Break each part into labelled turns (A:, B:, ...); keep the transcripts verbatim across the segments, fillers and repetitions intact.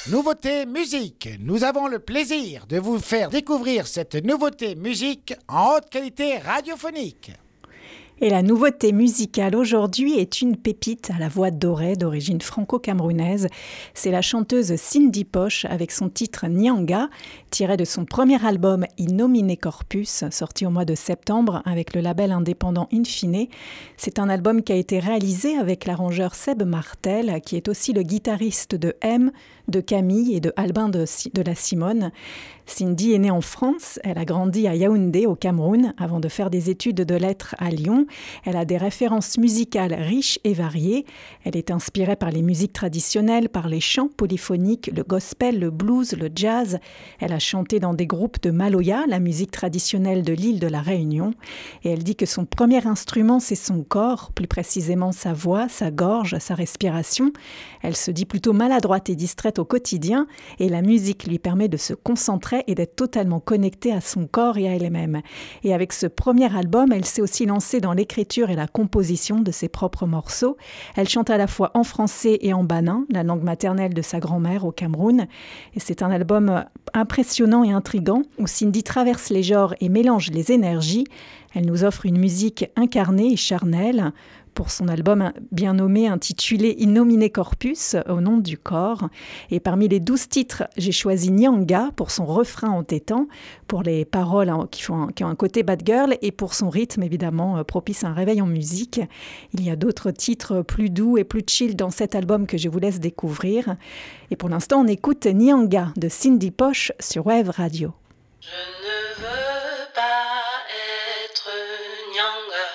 A: Nouveauté musique. Nous avons le plaisir de vous faire découvrir cette nouveauté musique en haute qualité radiophonique.
B: Et la nouveauté musicale aujourd'hui est une pépite à la voix dorée d'origine franco-camerounaise. C'est la chanteuse Cindy Poche avec son titre Nyanga, tiré de son premier album In Nomine Corpus, sorti au mois de septembre avec le label indépendant Infine. C'est un album qui a été réalisé avec l'arrangeur Seb Martel, qui est aussi le guitariste de M, de Camille et de Albin de, de la Simone. Cindy est née en France, elle a grandi à Yaoundé au Cameroun avant de faire des études de lettres à Lyon. Elle a des références musicales riches et variées. Elle est inspirée par les musiques traditionnelles, par les chants polyphoniques, le gospel, le blues, le jazz. Elle a chanté dans des groupes de Maloya, la musique traditionnelle de l'île de la Réunion. Et elle dit que son premier instrument, c'est son corps, plus précisément sa voix, sa gorge, sa respiration. Elle se dit plutôt maladroite et distraite au quotidien et la musique lui permet de se concentrer et d'être totalement connectée à son corps et à elle-même. Et avec ce premier album, elle s'est aussi lancée dans l'écriture et la composition de ses propres morceaux. Elle chante à la fois en français et en banin, la langue maternelle de sa grand-mère au Cameroun. Et c'est un album impressionnant et intrigant où Cindy traverse les genres et mélange les énergies. Elle nous offre une musique incarnée et charnelle pour son album bien nommé intitulé In Nomine Corpus, au nom du corps. Et parmi les douze titres, j'ai choisi Nyanga pour son refrain entêtant, pour les paroles qui, font, qui ont un côté bad girl et pour son rythme évidemment propice à un réveil en musique. Il y a d'autres titres plus doux et plus chill dans cet album que je vous laisse découvrir. Et pour l'instant, on écoute Nyanga de Cindy Poche sur Wave Radio.
C: Je ne veux pas être Nyanga.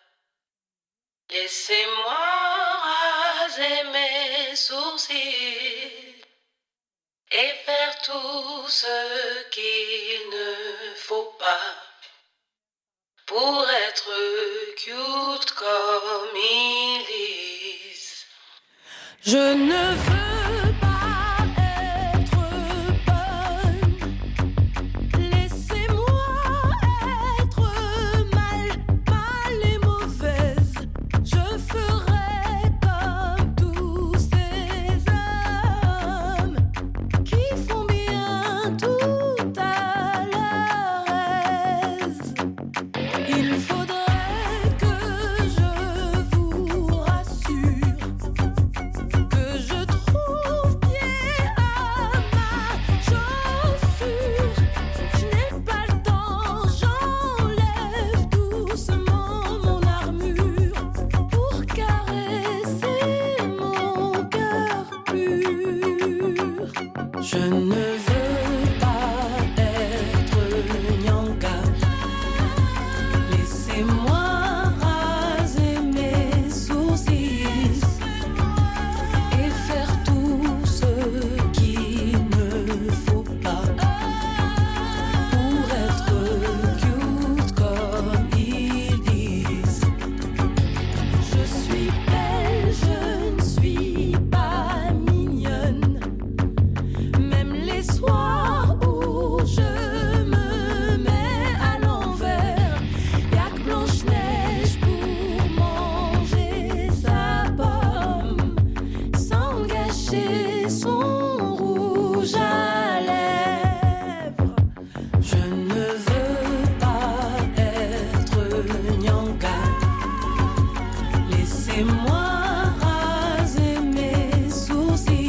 C: Laissez-moi raser mes sourcils et faire tout ce qu'il ne faut pas pour être cute comme ils disent. Je ne veux pas être bonne. Laissez-moi être mal, mal et mauvaise. Je ferai comme tous ces hommes qui font bien tout à leur aise. Il faudrait que je vous rassure, que je trouve pied à ma chaussure. Je n'ai pas le temps, j'enlève doucement mon armure pour caresser mon cœur pur. Je ne veux pas être Nyanga. Laissez-moi raser mes sourcils et faire tout ce qu'il ne faut pas pour être cute comme ils disent. Je suis belle, je ne suis pas mignonne. Même les soirs où je me mets à l'envers, y'a que Blanche-Neige pour manger sa pomme sans gâcher son rouge à lèvres. Je ne veux pas être Nyanga. Laissez-moi raser mes sourcils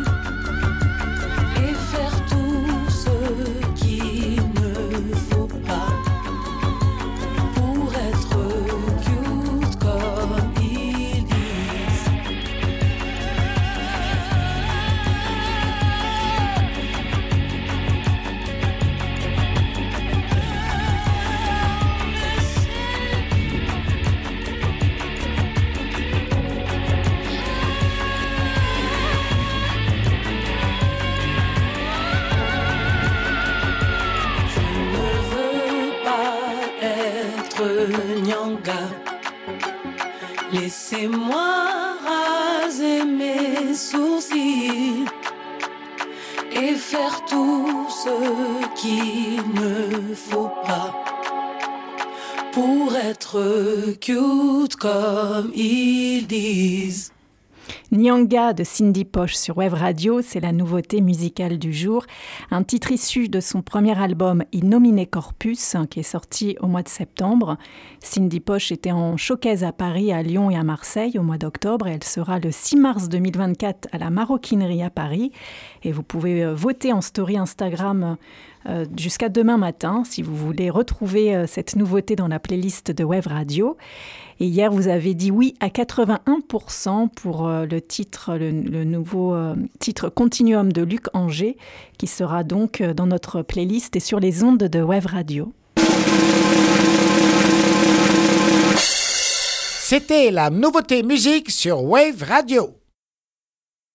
C: et faire tout ce qu'il ne faut pas pour être cute comme ils disent. Je ne veux pas être Nyanga. Laissez-moi raser mes sourcils et faire tout ce qu'il ne faut pas pour être cute comme ils disent.
B: Nyanga de Cindy Poche sur Wave Radio, c'est la nouveauté musicale du jour. Un titre issu de son premier album In Nomine Corpus, qui est sorti au mois de septembre. Cindy Poche était en showcase à Paris, à Lyon et à Marseille au mois d'octobre. Et elle sera le six mars deux mille vingt-quatre à la Maroquinerie à Paris. Et vous pouvez voter en story Instagram euh, jusqu'à demain matin si vous voulez retrouver euh, cette nouveauté dans la playlist de Wave Radio. Et hier, vous avez dit oui à quatre-vingt-un pour cent pour euh, le titre, le, le nouveau euh, titre Continuum de Luc Anger, qui sera donc euh, dans notre playlist et sur les ondes de Wave Radio.
A: C'était la nouveauté musique sur Wave Radio.